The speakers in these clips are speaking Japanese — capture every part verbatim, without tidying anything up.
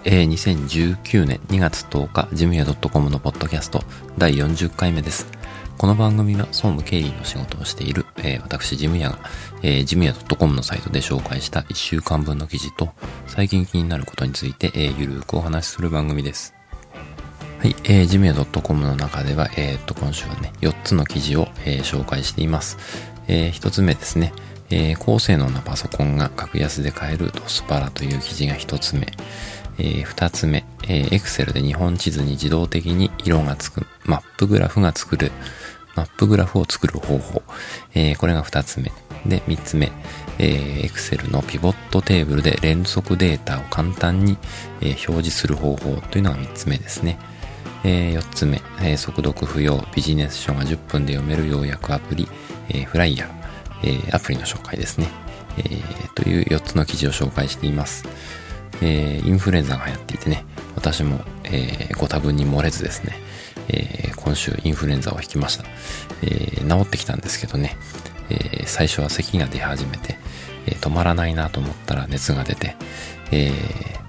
えー、にせんじゅうきゅうねんにがつとおか、ジムヤ .com のポッドキャストだいよんじゅっかいめです。この番組は総務経理の仕事をしている、えー、私ジムヤが、えー、ジムヤ .com のサイトで紹介したいっしゅうかんぶんの記事と最近気になることについて、えー、ゆるーくお話しする番組です。はい、えー、ジムヤ .com の中では、えー、っと今週はねよっつの記事を、えー、紹介しています。えー、ひとつめですね、えー、高性能なパソコンが格安で買えるドスパラという記事がひとつめ。えー、ふたつめ、えー、Excel で日本地図に自動的に色がつくマップグラフが作るマップグラフを作る方法、えー、これがふたつめで、みっつめ、えー、Excel のピボットテーブルで連続データを簡単に、えー、表示する方法というのがみっつめですね。えー、よっつめ、えー、速読不要ビジネス書がじゅっぷんで読める要約アプリ、えー、フライヤー、えー、アプリの紹介ですね、えー、というよっつの記事を紹介しています。えー、インフルエンザが流行っていてね、私も、えー、ご多分に漏れずですね、えー、今週インフルエンザを引きました。えー、治ってきたんですけどね、えー、最初は咳が出始めて、えー、止まらないなと思ったら熱が出て、えー、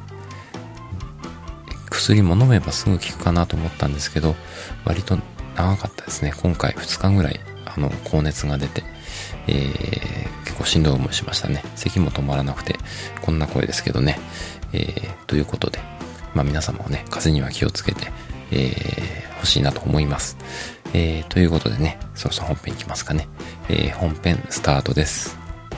薬も飲めばすぐ効くかなと思ったんですけど、割と長かったですね。今回ふつかぐらいあの高熱が出て、えー、結構しんどい思いしましたね。咳も止まらなくてこんな声ですけどね、えー、ということで、まあ皆様もね風邪には気をつけて、えー、欲しいなと思います。えー、ということでね、そろそろ本編いきますかね。えー、本編スタートです。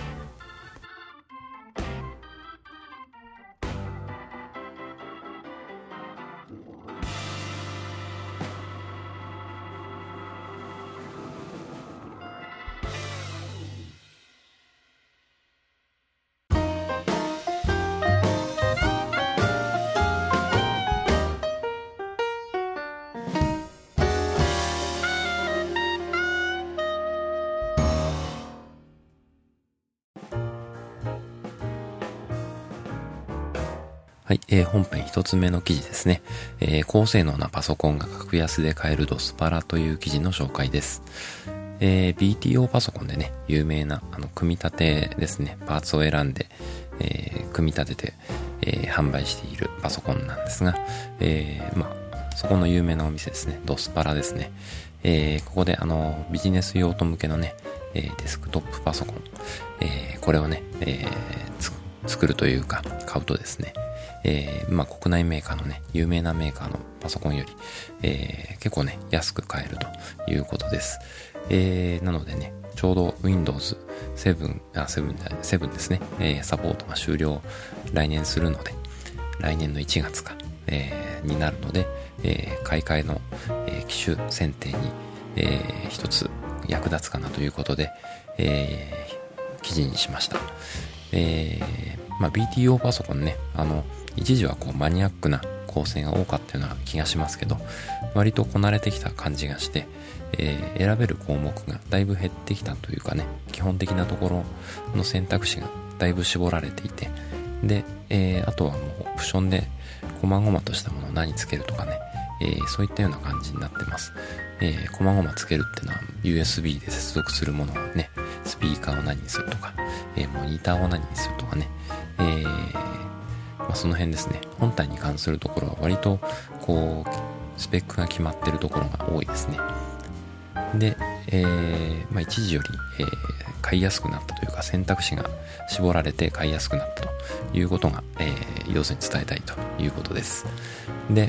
はい、えー、本編一つ目の記事ですね、えー。高性能なパソコンが格安で買えるドスパラという記事の紹介です。えー、ビーティーオー パソコンでね、有名なあの組み立てですね、パーツを選んで、えー、組み立てて、えー、販売しているパソコンなんですが、えー、まあそこの有名なお店ですね、ドスパラですね。えー、ここであのビジネス用途向けのね、えー、デスクトップパソコン、えー、これをね、えー、作るというか買うとですね、えー、まあ国内メーカーのね、有名なメーカーのパソコンより、えー、結構ね、安く買えるということです。えー、なのでね、ちょうど ウィンドウズセブン、あ、セブン、セブンですね、えー、サポートが終了、来年するので、来年のいちがつか、えー、になるので、えー、買い替えの、えー、機種選定に、えー、一つ役立つかなということで、えー、記事にしました。えー、まあ ビーティーオー パソコンね、あの、一時はこうマニアックな構成が多かったような気がしますけど、割とこなれてきた感じがして、えー、選べる項目がだいぶ減ってきたというかね、基本的なところの選択肢がだいぶ絞られていて、で、えー、あとはもうオプションで細々としたものを何つけるとかね、えー、そういったような感じになってます。えー、細々つけるっていうのは ユーエスビー で接続するものをね、スピーカーを何にするとか、えー、モニターを何にするとかね、えーまあ、その辺ですね。本体に関するところは割とこうスペックが決まっているところが多いですね。で、えーまあ、一時より、えー、買いやすくなったというか、選択肢が絞られて買いやすくなったということが、えー、要するに伝えたいということです。で、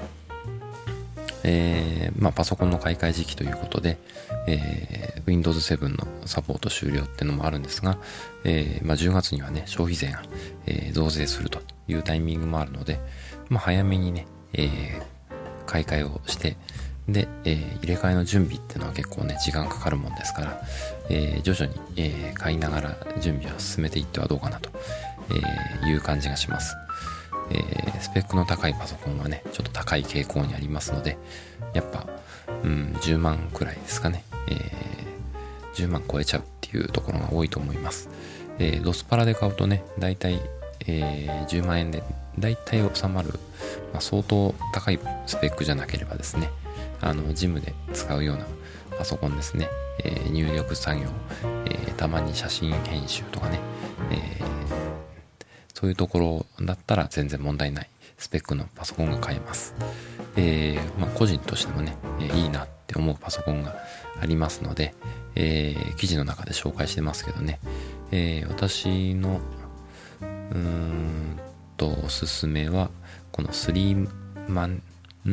えーまあ、パソコンの買い替え時期ということで、えー、ウィンドウズセブン のサポート終了っていうのもあるんですが、えーまあ、じゅうがつにはね、消費税が、えー、増税するというタイミングもあるので、まあ、早めにね、えー、買い替えをして、で、えー、入れ替えの準備っていうのは結構ね、時間かかるもんですから、えー、徐々に、えー、買いながら準備を進めていってはどうかなと、えー、いう感じがします。えー、スペックの高いパソコンはね、ちょっと高い傾向にありますので、やっぱ、うん、じゅうまんくらいですかね、えー、じゅうまん超えちゃうっていうところが多いと思います。えー、ドスパラで買うとね、だいたい、えー、じゅうまんえんでだいたい収まる、まあ、相当高いスペックじゃなければですね、あのジムで使うようなパソコンですね、えー、入力作業、えー、たまに写真編集とかね、えー、そういうところだったら全然問題ないスペックのパソコンが買えます。えー、まあ個人としてもね、えー、いいなって思うパソコンがありますので、えー、記事の中で紹介してますけどね、えー、私のうーんとおすすめはこのスリムマンん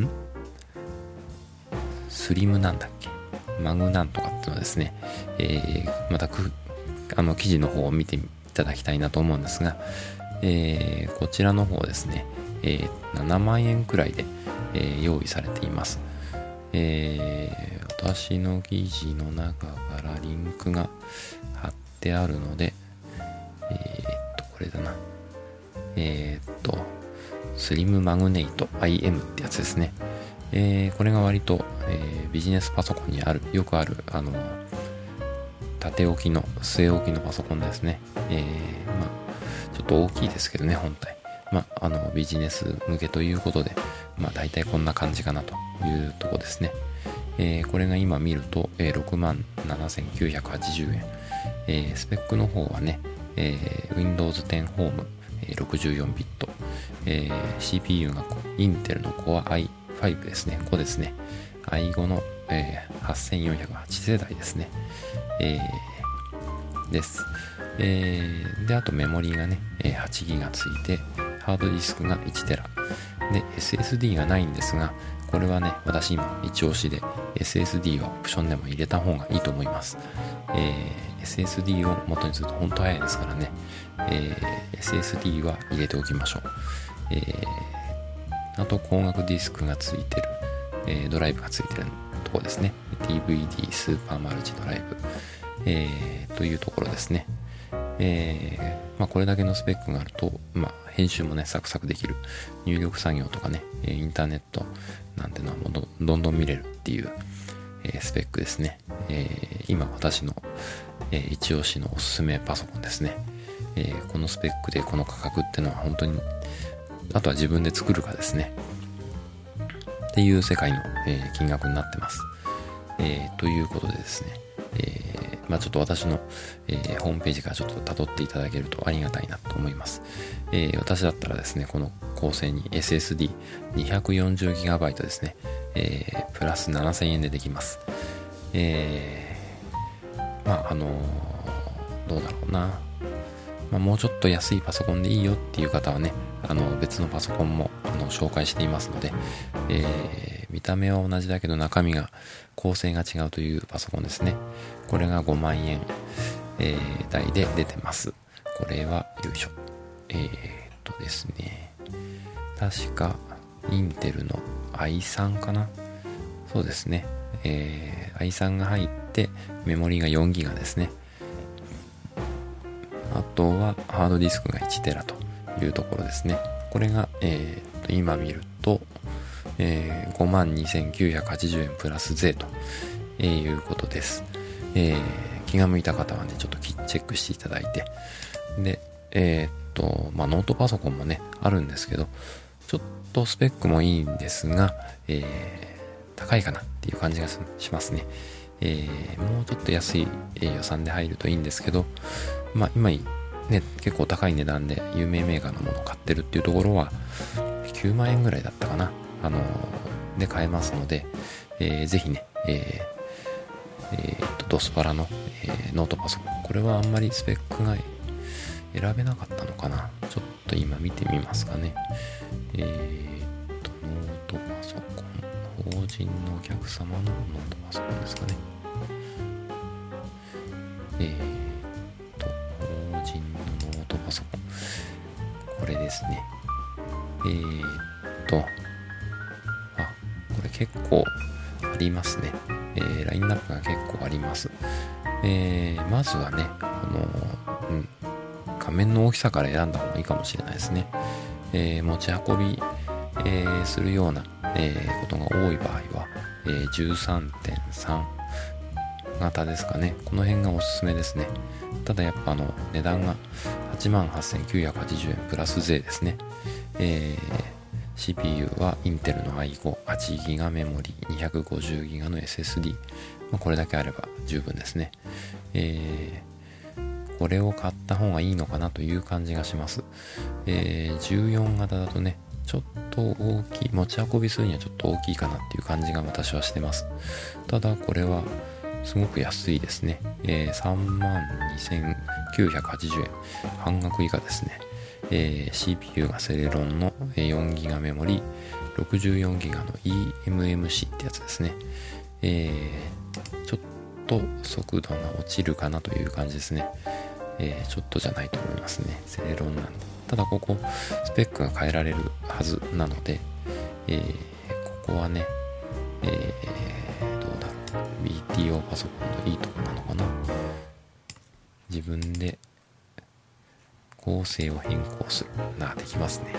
スリムなんだっけマグなんとかっていうのですね、えー、またくあの記事の方を見ていただきたいなと思うんですが、えー、こちらの方ですね、えー、ななまんえんくらいで、えー、用意されています。えー、私の記事の中からリンクが貼ってあるので、えー、っとこれだなえー、っとスリムマグネイト アイエム ってやつですね。えー、これが割と、えー、ビジネスパソコンにあるよくあるあの縦置きの据え置きのパソコンですね。えー、まあちょっと大きいですけどね、本体。まああのビジネス向けということで、まあ大体こんな感じかなというとこですね。えー、これが今見ると、えー、ろくまんななせんきゅうひゃくはちじゅうえん。えー、スペックの方はね、えー、ウィンドウズテン Home、えー、ろくじゅうよんビット、えー、シーピーユー がインテルの Core アイファイブ ですね。ここですね。アイファイブ の、えー、はっせんよんひゃくはち世代ですね。えー、です。えー、で、あとメモリーがね、はちギガ ついて、ハードディスクがいちテラ。で、エスエスディー がないんですが、これはね、私今一押しで エスエスディー はオプションでも入れた方がいいと思います。えー、エスエスディー を元にすると本当早いですからね、えー、エスエスディー は入れておきましょう。えー、あと光学ディスクがついてる、えー、ドライブがついてるところですね。ディーブイディー スーパーマルチドライブ、えー、というところですね。えーまあ、これだけのスペックがあると、まあ、編集もねサクサクできる、入力作業とかねインターネットなんてのはもう ど, どんどん見れるっていう、えー、スペックですね。えー、今私の、えー、一押しのおすすめパソコンですね。えー、このスペックでこの価格ってのは本当にあとは自分で作るかですねっていう世界の、えー、金額になってます。えー、ということでですね、えー、まあちょっと私の、えー、ホームページからちょっと辿っていただけるとありがたいなと思います。えー、私だったらですね、この構成に エスエスディーにひゃくよんじゅうギガバイト ですね、えー、プラスななせんえんでできます。えー、まああのー、どうだろうな、まあ、もうちょっと安いパソコンでいいよっていう方はね、あの別のパソコンもあの紹介していますので、えー、見た目は同じだけど中身が構成が違うというパソコンですね。これがごまんえん、えー、台で出てます。これはよいしょ、えー、っとですね確かインテルの アイスリー かな、そうですね、えー、アイスリー が入ってメモリがよんギガですね。あとはハードディスクがいちテラというところですね。これが、えー、と今見ると、えー、ごまんにせんきゅうひゃくはちじゅうえんプラス税と、えー、いうことです。えー、気が向いた方はねちょっとチェックしていただいて、でえー、っとまあノートパソコンもねあるんですけど、ちょっとスペックもいいんですが、えー、高いかなっていう感じがしますね。えー、もうちょっと安い予算で入るといいんですけど、まあ今ね結構高い値段で有名メーカーのものを買ってるっていうところはきゅうまんえんぐらいだったかな、あのー、で買えますので、えー、ぜひね、えーえー、とドスパラの、えー、ノートパソコン、これはあんまりスペックが選べなかったのかな、ちょっと今見てみますかね。えー、とノートパソコン、法人のお客様のノートパソコンですかね。えー、と法人のノートパソコン、これですね。えー、とあこれ結構ありますね。えー、ラインナップが結構あります。えー、まずはね、この、うん、画面の大きさから選んだ方がいいかもしれないですね。えー、持ち運び、えー、するような、えー、ことが多い場合は、えー、じゅうさんてんさん 型ですかね。この辺がおすすめですね。ただやっぱあの値段が はちまんはっせんきゅうひゃくはちじゅうえんプラス税ですね。えーシーピーユー はインテルの アイファイブ、はちギガ メモリ、にひゃくごじゅうギガ の エスエスディー、まあ、これだけあれば十分ですね。えー、これを買った方がいいのかなという感じがします。えー、じゅうよん型だとね、ちょっと大きい、持ち運びするにはちょっと大きいかなっていう感じが私はしてます。ただこれはすごく安いですね。えー、さんまんにせんきゅうひゃくはちじゅうえん、半額以下ですね。えー、シーピーユー がセレロンの よんギガ メモリ、ろくじゅうよんギガ の イーエムエムシー ってやつですね。えー、ちょっと速度が落ちるかなという感じですね。えー、ちょっとじゃないと思いますね。セレロンなんで。ただここスペックが変えられるはずなので、えー、ここはね、えー、どうだろう、 ビーティーオー パソコンのいいとこなのかな。自分で構成を変更するな、できますね。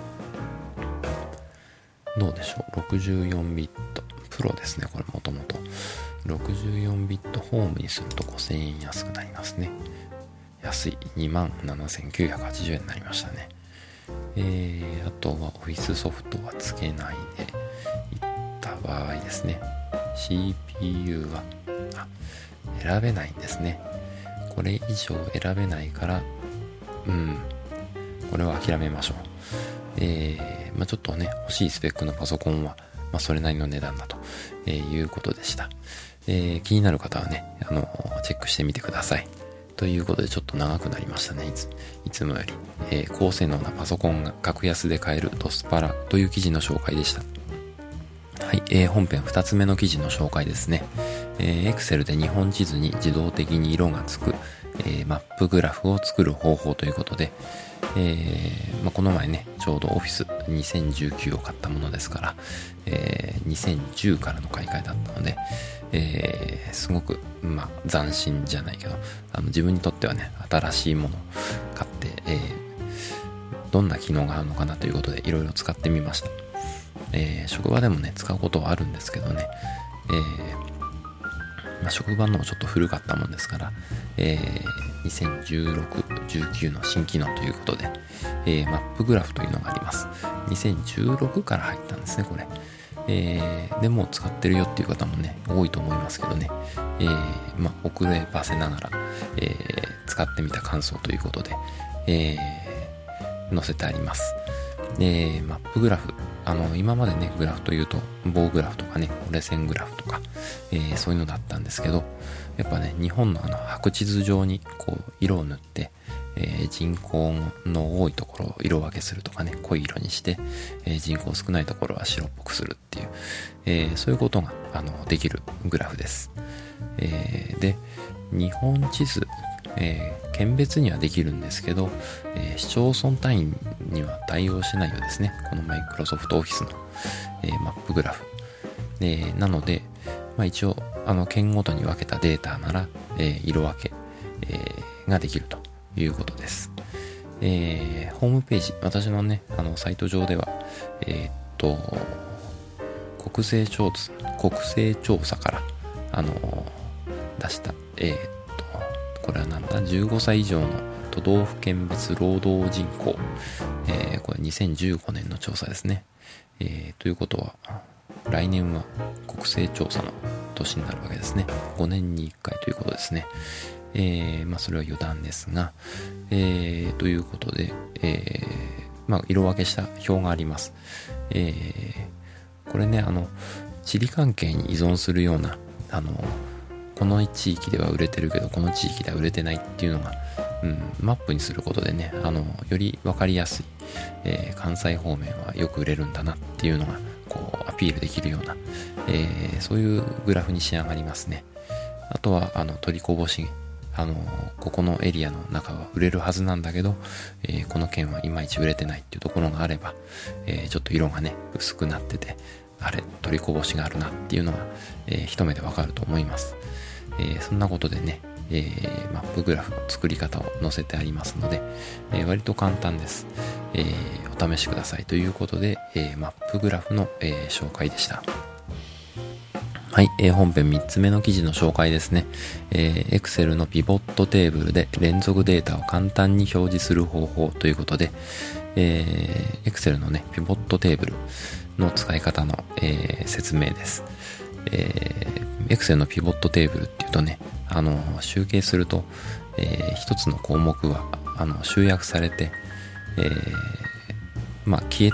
どうでしょう、ろくじゅうよんビットプロですね。これもともとろくじゅうよんビットホームにするとごせんえん安くなりますね。安い、 にまんななせんきゅうひゃくはちじゅうえんになりましたね。えー、あとはオフィスソフトはつけないでいった場合ですね。 シーピーユー はあ選べないんですね。これ以上選べないから、うんこれは諦めましょう。えー、まあ、ちょっとね欲しいスペックのパソコンは、まあ、それなりの値段だと、えー、いうことでした。えー、気になる方はね、あのチェックしてみてください。ということでちょっと長くなりましたね。いつ, いつもより、えー、高性能なパソコンが格安で買えるドスパラという記事の紹介でした。はい、えー、本編ふたつめの記事の紹介ですね。えー、Excel で日本地図に自動的に色がつく、えー、マップグラフを作る方法ということで、えーまあ、この前ねちょうど オフィスにせんじゅうきゅうを買ったものですから、えー、にせんじゅうからの買い替えだったので、えー、すごく、まあ、斬新じゃないけど、あの自分にとってはね新しいものを買って、えー、どんな機能があるのかなということでいろいろ使ってみました。えー、職場でもね使うことはあるんですけどね、えーまあ、職場のもちょっと古かったもんですから、えー、にせんじゅうろく、じゅうきゅうの新機能ということで、えー、マップグラフというのがあります。にせんじゅうろくから入ったんですねこれ。えー、でも使ってるよっていう方もね多いと思いますけどね、えー、まあ遅ればせながら、えー、使ってみた感想ということで、えー、載せてあります。えー、マップグラフ、あの今までねグラフというと棒グラフとかね折れ線グラフとか、えー、そういうのだったんですけど、やっぱね日本のあの白地図上にこう色を塗って、えー、人口の多いところを色分けするとかね濃い色にして、えー、人口少ないところは白っぽくするっていう、えー、そういうことがあのできるグラフです。えー、で日本地図、えー、県別にはできるんですけど、えー、市町村単位には対応しないようですね。このマイクロソフトオフィスの、えー、マップグラフ、えー、なので、まあ、一応あの県ごとに分けたデータなら、えー、色分け、えー、ができるということです。えー、ホームページ、私のねあのサイト上ではえー、っと国勢調査国勢調査からあの出したえー、っとこれはなんだじゅうごさい以上の都道府県別労働人口、えー、これにせんじゅうごねんの調査ですね。えー、ということは来年は国勢調査の年になるわけですね。ごねんにいっかいということですね。えー、まあそれは余談ですが、えー、ということで、えー、まあ色分けした表があります。えー、これねあの地理関係に依存するようなあのこの地域では売れてるけどこの地域では売れてないっていうのが、うん、マップにすることでねあのより分かりやすい、えー、関西方面はよく売れるんだなっていうのがこうアピールできるような、えー、そういうグラフに仕上がりますね。あとはあの取りこぼし、あのここのエリアの中は売れるはずなんだけど、えー、この県はいまいち売れてないっていうところがあれば、えー、ちょっと色がね薄くなっててあれ取りこぼしがあるなっていうのが、えー、一目でわかると思います。えー、そんなことでね、えー、マップグラフの作り方を載せてありますので、えー、割と簡単です。えー、お試しくださいということで、えー、マップグラフの、えー、紹介でした。はい、えー、本編みっつめの記事の紹介ですね。えー、Excel のピボットテーブルで連続データを簡単に表示する方法ということで、えー、Excel のね、ピボットテーブルの使い方の、えー、説明です。えー、Excel のピボットテーブルっていうとね、あの、集計すると、えー、一つの項目は、あの、集約されて、えー、まあ、消え、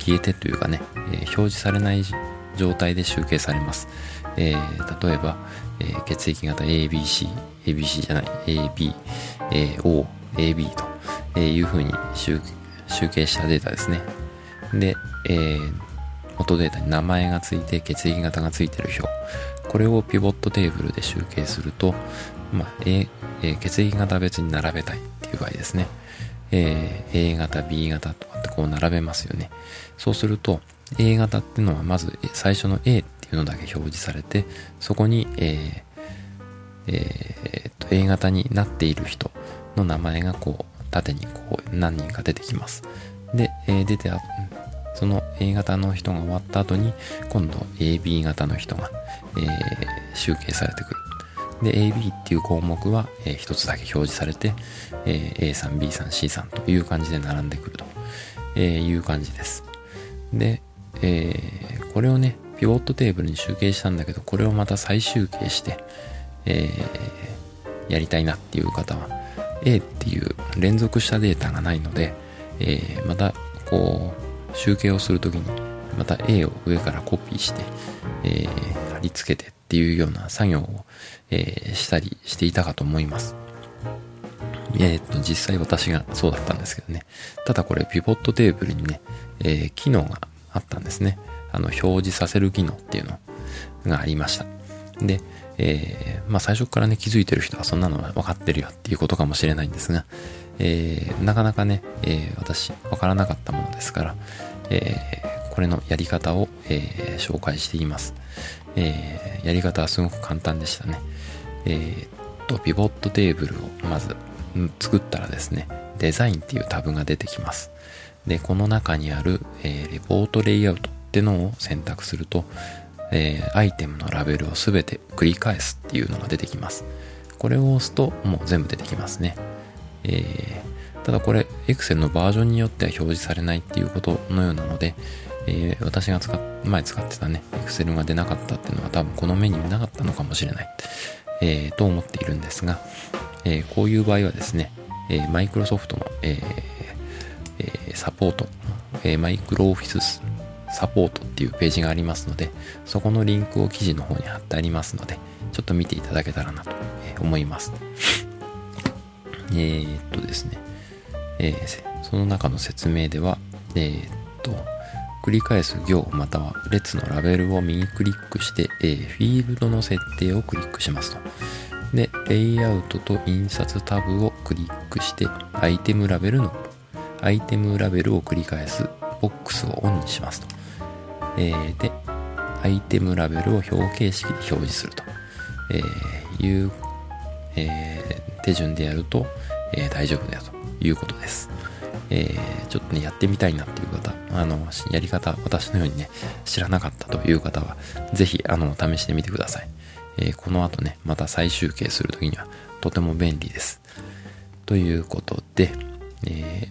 消えてというかね、えー表示されない状態で集計されます。えー例えば、えー血液型 エービーシー、エービーシー じゃない、エービー、えー O、エービー と、えーいう風に集集計したデータですね。で、えー元データに名前がついて血液型がついてる表、これをピボットテーブルで集計すると、まあ A えー血液型別に並べたいっていう場合ですね、えー A 型 B 型とかってこう並べますよね。そうすると A 型っていうのはまず最初の A っていうのだけ表示されて、そこに、えーえーっと A 型になっている人の名前がこう縦にこう何人か出てきます。で、えー出てあその A 型の人が終わった後に今度 エービー 型の人が、えー集計されてくる。で エービー っていう項目は、えー一つだけ表示されて、えー エーさん、ビーさん、シーさんという感じで並んでくると、えーいう感じです。で、えーこれをねピボットテーブルに集計したんだけど、これをまた再集計して、えーやりたいなっていう方は A っていう連続したデータがないので、えーまたこう集計をするときにまた A を上からコピーして、えー貼り付けてっていうような作業を、えーしたりしていたかと思います。えー、っと実際私がそうだったんですけどね。ただこれピボットテーブルにね、えー機能があったんですね。あの表示させる機能っていうのがありました。で、えーまあ最初からね気づいてる人はそんなの分かってるよっていうことかもしれないんですが、えーなかなかね、えー私分からなかったものですから、えーこれのやり方を、えー紹介しています。えーやり方はすごく簡単でしたね。えーっとピボットテーブルをまずうん作ったらですね、デザインっていうタブが出てきます。でこの中にある、えーレポートレイアウトってのを選択すると、えーアイテムのラベルをすべて繰り返すっていうのが出てきます。これを押すともう全部出てきますね。えーただこれ Excel のバージョンによっては表示されないっていうことのようなので、えー私が使っ前使ってたね Excel が出なかったっていうのは多分このメニューなかったのかもしれない、えーと思っているんですが、えーこういう場合はですね、えー、マイクロソフトの、えーえーサポート、えー、マイクロオフィスサポートっていうページがありますので、そこのリンクを記事の方に貼ってありますので、ちょっと見ていただけたらなと思います。えー、っとですね、えー、その中の説明では、えー、っと繰り返す行または列のラベルを右クリックして、えー、フィールドの設定をクリックしますと。で、レイアウトと印刷タブをクリックして、アイテムラベルのアイテムラベルを繰り返すボックスをオンにしますと。えー、で、アイテムラベルを表形式で表示すると、えー、いう、えー、手順でやると、えー、大丈夫だよということです。えー、ちょっとね、やってみたいなっていう方、あの、やり方、私のようにね、知らなかったという方は、ぜひ、あの、試してみてください。えー、この後ね、また再集計するときには、とても便利です。ということで、え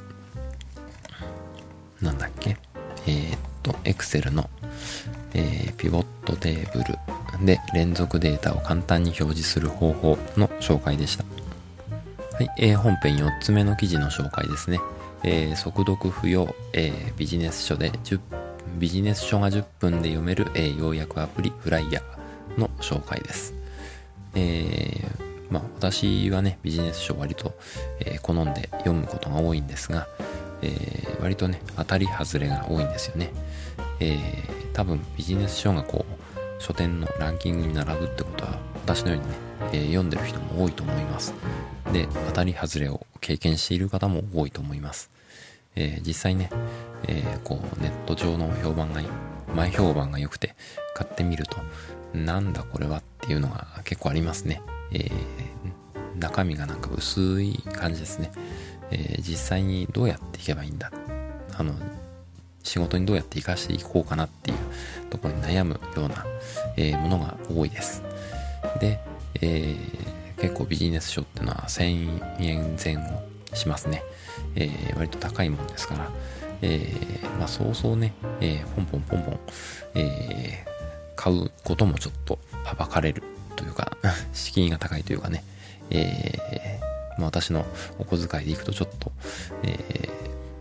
ー、なんだっけ、えー、っと、Excel の、えー、ピボットテーブルで連続データを簡単に表示する方法の紹介でした。はい、えー、本編よっつめの記事の紹介ですね。えー、速読不要、えー、ビジネス書でじゅうビジネス書がじゅっぷんで読める、えー、要約アプリフライヤーの紹介です。えー、まあ私はねビジネス書割と、えー、好んで読むことが多いんですが、えー、割とね当たり外れが多いんですよね。えー、多分ビジネス書がこう書店のランキングに並ぶってことは私のようにね、えー、読んでる人も多いと思います。で、当たり外れを経験している方も多いと思います。えー、実際ね、えー、こうネット上の評判が前評判が良くて買ってみるとなんだこれはっていうのが結構ありますね。えー、中身がなんか薄い感じですね。えー、実際にどうやっていけばいいんだ、あの仕事にどうやって活かしていこうかなっていうところに悩むような、えー、ものが多いです。で、えー結構ビジネス書っていうのはせんえんぜん後しますね。えー、割と高いもんですから、えー、まあそうそうね、えー、ポンポンポンポン、えー、買うこともちょっとはばかれるというか敷居が高いというかね、えー、まあ私のお小遣いでいくとちょっと、えー、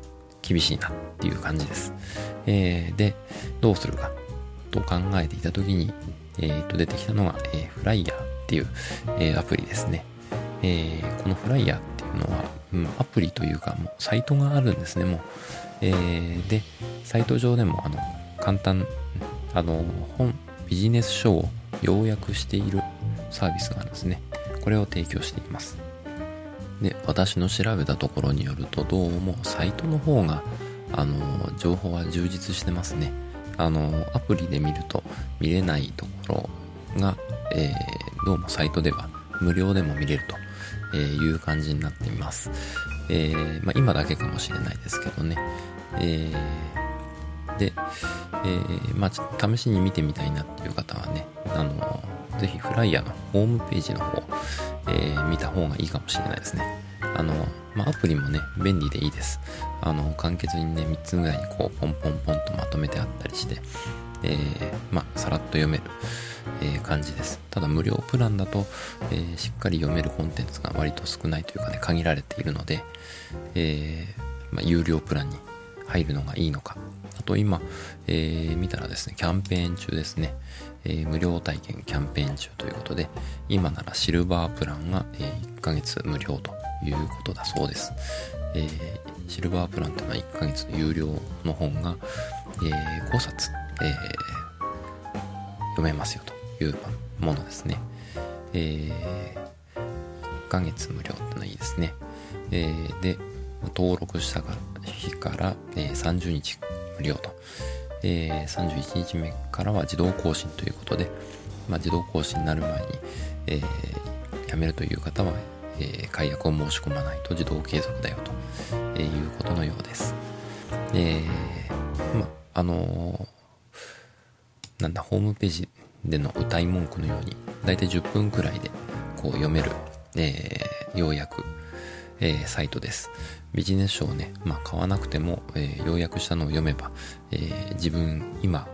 厳しいなっていう感じです。えー、で、どうするかと考えていた時に、えー、と出てきたのが、えー、フライヤーっていう、えー、アプリですね。えー、このフライヤーっていうのは、うん、アプリというかもうサイトがあるんですね、もう。えー、で、サイト上でもあの簡単、あの本、ビジネス書を要約しているサービスがあるんですね。これを提供しています。で、私の調べたところによると、どうもサイトの方があの情報は充実してますね。あのアプリで見ると見れないところが、えー、どうもサイトでは無料でも見れるという感じになっています。えーまあ、今だけかもしれないですけどね。えー、で、えーまあ、試しに見てみたいなっていう方はね、あのぜひフライヤーのホームページの方、えー、見た方がいいかもしれないですね。あの、まあ、アプリもね、便利でいいです。あの、簡潔にね、みっつぐらいにこう、ポンポンポンとまとめてあったりして、えー、まあ、さらっと読める、えー、感じです。ただ、無料プランだと、えー、しっかり読めるコンテンツが割と少ないというかね、限られているので、えー、まあ、有料プランに入るのがいいのか。あと今、えー、見たらですね、キャンペーン中ですね。えー、無料体験キャンペーン中ということで、今ならシルバープランが、えー、いっかげつ無料ということだそうです。えー、シルバープランというのはいっかげつの有料の本が、えー、ごさつ、えー、読めますよというものですね。えー、いっかげつ無料ってのはいいですね。えー、で、登録した日から、えー、さんじゅうにち無料と。えー、さんじゅういちにちめからは自動更新ということで、まあ、自動更新になる前に、えー、やめるという方は、えー、解約を申し込まないと自動継続だよと、えー、いうことのようです。えー、まあ、あのー、なんだ、ホームページでの歌い文句のように、だいたいじゅっぷんくらいでこう読める、えー、要約、えー、サイトです。ビジネス書をね、まあ、買わなくても、えー、要約したのを読めば、えー、自分、今、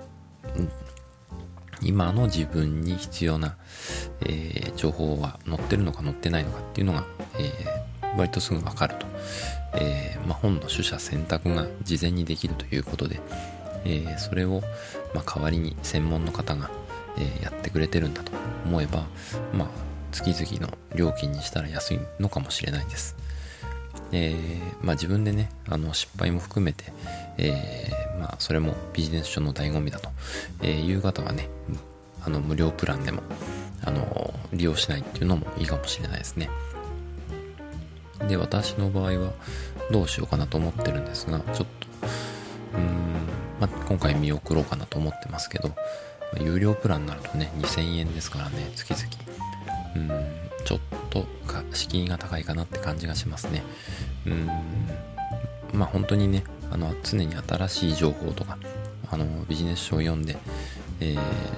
今の自分に必要な、えー、情報は載ってるのか載ってないのかっていうのが、えー、割とすぐわかると。えーまあ、本の取捨選択が事前にできるということで、えー、それを、まあ、代わりに専門の方が、えー、やってくれてるんだと思えば、まあ、月々の料金にしたら安いのかもしれないです。えーまあ、自分でね、あの失敗も含めて、えーまあ、それもビジネス書の醍醐味だと、えー、いう方はね、あの無料プランでもあの利用しないっていうのもいいかもしれないですね。で、私の場合はどうしようかなと思ってるんですが、ちょっとうーん、まあ、今回見送ろうかなと思ってますけど、まあ、有料プランになるとねにせんえんですからね、月々うーんちょっとか敷居が高いかなって感じがしますね。うーんまあ本当にね、あの常に新しい情報とかあのビジネス書を読んで、えー、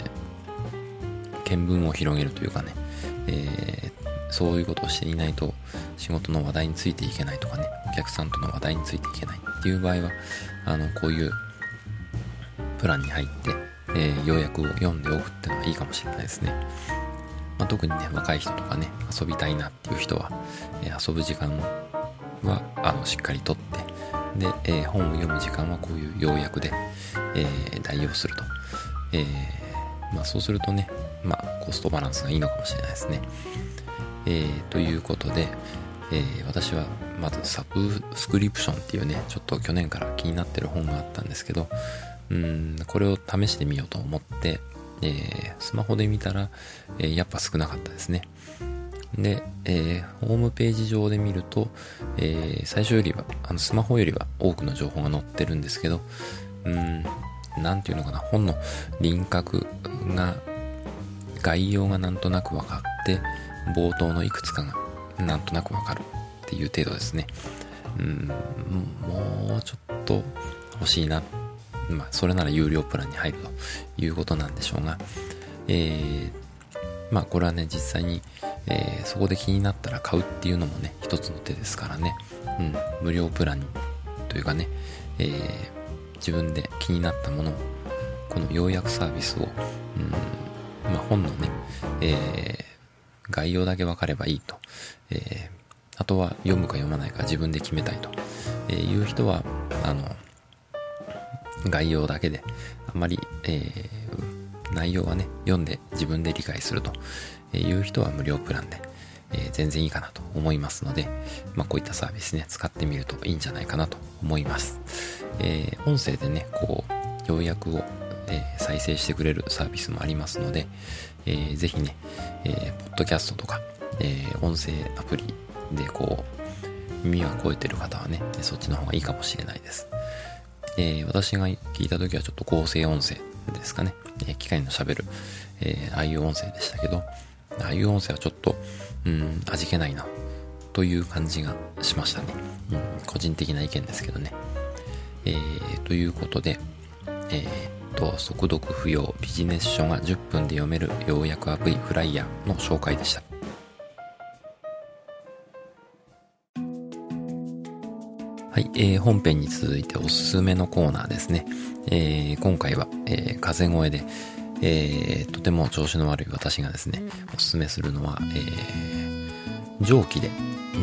見聞を広げるというかね、えー、そういうことをしていないと仕事の話題についていけないとかね、お客さんとの話題についていけないっていう場合は、あのこういうプランに入って、えー、要約を読んでおくっていうのはいいかもしれないですね。まあ、特にね、若い人とかね、遊びたいなっていう人は、えー、遊ぶ時間はあのしっかりとって、で、えー、本を読む時間はこういう要約で、えー、代用すると。えーまあ、そうするとね、まあ、コストバランスがいいのかもしれないですね。えー、ということで、えー、私はまずサブスクリプションっていうね、ちょっと去年から気になってる本があったんですけど、うーんこれを試してみようと思って、えー、スマホで見たら、えー、やっぱ少なかったですね。で、えー、ホームページ上で見ると、えー、最初よりはあのスマホよりは多くの情報が載ってるんですけど、うーんなんていうのかな、本の輪郭が概要がなんとなく分かって、冒頭のいくつかがなんとなく分かるっていう程度ですね。うーんもうちょっと欲しいな。まあそれなら有料プランに入るということなんでしょうが、えー、まあこれはね実際に、えー、そこで気になったら買うっていうのもね一つの手ですからね。うん、無料プランというかね、えー、自分で気になったものをこの要約サービスを、うんまあ、本のね、えー、概要だけ分かればいいと、えあとは読むか読まないか自分で決めたいという人は、あの、概要だけで、あんまり、えー、内容はね、読んで自分で理解するという人は無料プランで、えー、全然いいかなと思いますので、まあ、こういったサービスね、使ってみるといいんじゃないかなと思います。えー、音声でね、こう、要約を、えー、再生してくれるサービスもありますので、えー、ぜひね、えー、ポッドキャストとか、えー、音声アプリでこう、耳が超えてる方はね、そっちの方がいいかもしれないです。えー、私が聞いた時はちょっと合成音声ですかね、えー、機械の喋る、えー、ああいう音声でしたけど、ああいう音声はちょっと、うん、味気ないなという感じがしましたね。うん、個人的な意見ですけどね。えー、ということで、えー、と速読不要ビジネス書がじゅっぷんで読める要約アプリフライヤーの紹介でした。はい、えー、本編に続いておすすめのコーナーですね。えー、今回は、えー、風声で、えー、とても調子の悪い私がですね、おすすめするのは、えー、蒸気で、うん、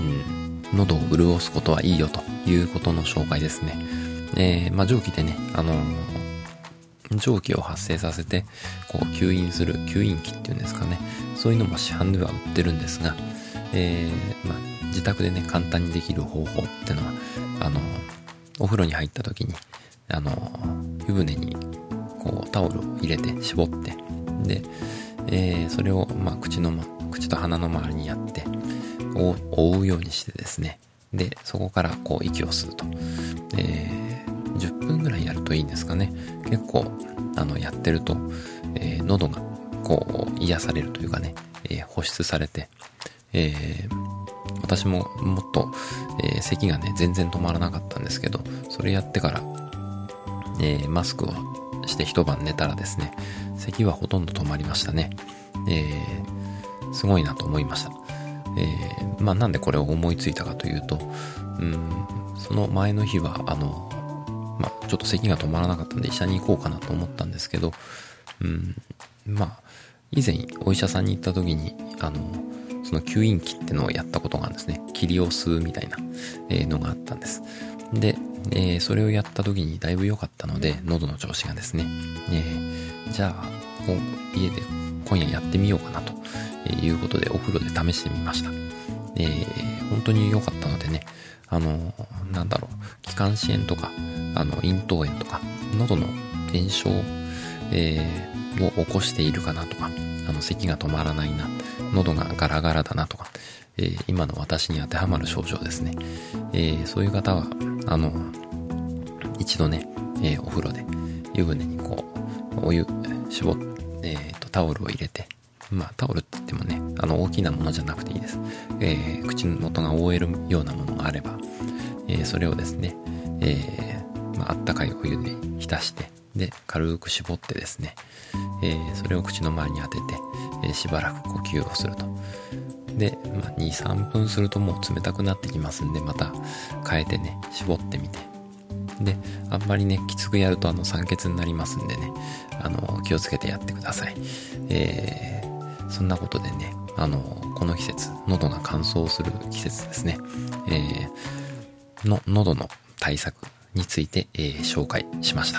喉を潤すことはいいよということの紹介ですね。えー、まあ蒸気でね、あのー、蒸気を発生させて、こう吸引する吸引器っていうんですかね。そういうのも市販では売ってるんですが、えー、まあ自宅でね、簡単にできる方法ってのは、あの、お風呂に入った時に、あの、湯船に、こう、タオルを入れて、絞って、で、えー、それを、まあ、口の、口と鼻の周りにやって、覆うようにしてですね、で、そこから、こう、息を吸うと。えー、じゅっぷんぐらいやるといいんですかね。結構、あの、やってると、えー、喉が、こう、癒されるというかね、えー、保湿されて、えー、私ももっと、えー、咳がね全然止まらなかったんですけど、それやってから、えー、マスクをして一晩寝たらですね、咳はほとんど止まりましたね。えー、すごいなと思いました。えー、まあなんでこれを思いついたかというと、うん、その前の日はあの、まあちょっと咳が止まらなかったんで医者に行こうかなと思ったんですけど、うん、まあ以前お医者さんに行った時にあのその吸引器ってのをやったことがあるんですね。霧を吸うみたいな、えー、のがあったんです。で、えー、それをやった時にだいぶ良かったので、喉の調子がですね、えー、じゃあ家で今夜やってみようかなということでお風呂で試してみました。えー、本当に良かったのでね、あのなんだろう、気管支炎とかあの咽頭炎とか喉の炎症、えー、を起こしているかなとか、あの咳が止まらないな、喉がガラガラだなとか、えー、今の私に当てはまる症状ですね。えー、そういう方はあの一度ね、えー、お風呂で湯船にこうお湯絞って、えー、とタオルを入れて、まあタオルって言ってもね、あの大きなものじゃなくていいです。えー、口元が覆えるようなものがあれば、えー、それをですね、えーまあ、あったかいお湯で浸して、で軽く絞ってですね、えー、それを口の周りに当てて、えー、しばらく呼吸をすると。で、まあ、に、さんぷんするともう冷たくなってきますんで、また変えてね、絞ってみて。で、あんまりね、きつくやるとあの酸欠になりますんでね、あの、気をつけてやってください。えー、そんなことでね、あの、この季節、喉が乾燥する季節ですね、えー、の、喉の対策について、えー、紹介しました。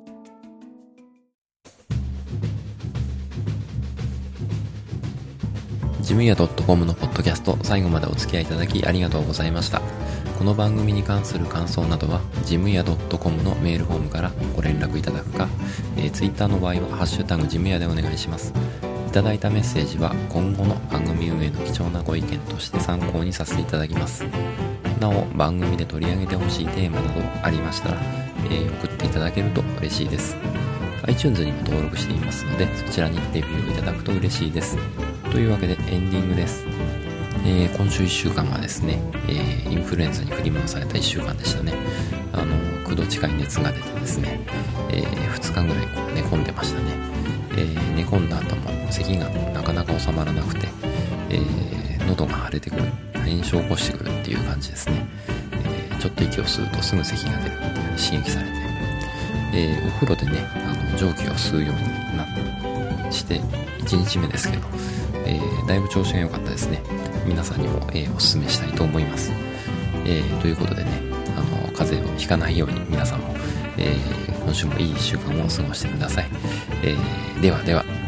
ジムヤ .com のポッドキャスト、最後までお付き合いいただきありがとうございました。この番組に関する感想などは、ジムヤ .com のメールフォームからご連絡いただくか、えー、Twitter の場合は、ハッシュタグジムヤでお願いします。いただいたメッセージは、今後の番組運営の貴重なご意見として参考にさせていただきます。なお、番組で取り上げてほしいテーマなどありましたら、えー、送っていただけると嬉しいです。iTunes にも登録していますので、そちらにレビューをいただくと嬉しいです。というわけでエンディングです。えー、今週いっしゅうかんはですね、えー、インフルエンザに振り回されたいっしゅうかんでしたね。あのきゅうど近い熱が出てですね、えー、ふつかぐらいこう寝込んでましたね。えー、寝込んだ後も咳がなかなか収まらなくて、えー、喉が腫れてくる、炎症を起こしてくるっていう感じですね。えー、ちょっと息を吸うとすぐ咳が出るっていう刺激されて、えー、お風呂でね、あの蒸気を吸うようになってしていちにちめですけど、えー、だいぶ調子が良かったですね。 皆さんにも、えー、お勧めしたいと思います。えー、ということでね、あの風邪をひかないように皆さんも、えー、今週もいいいっしゅうかんを過ごしてください。えー、ではでは。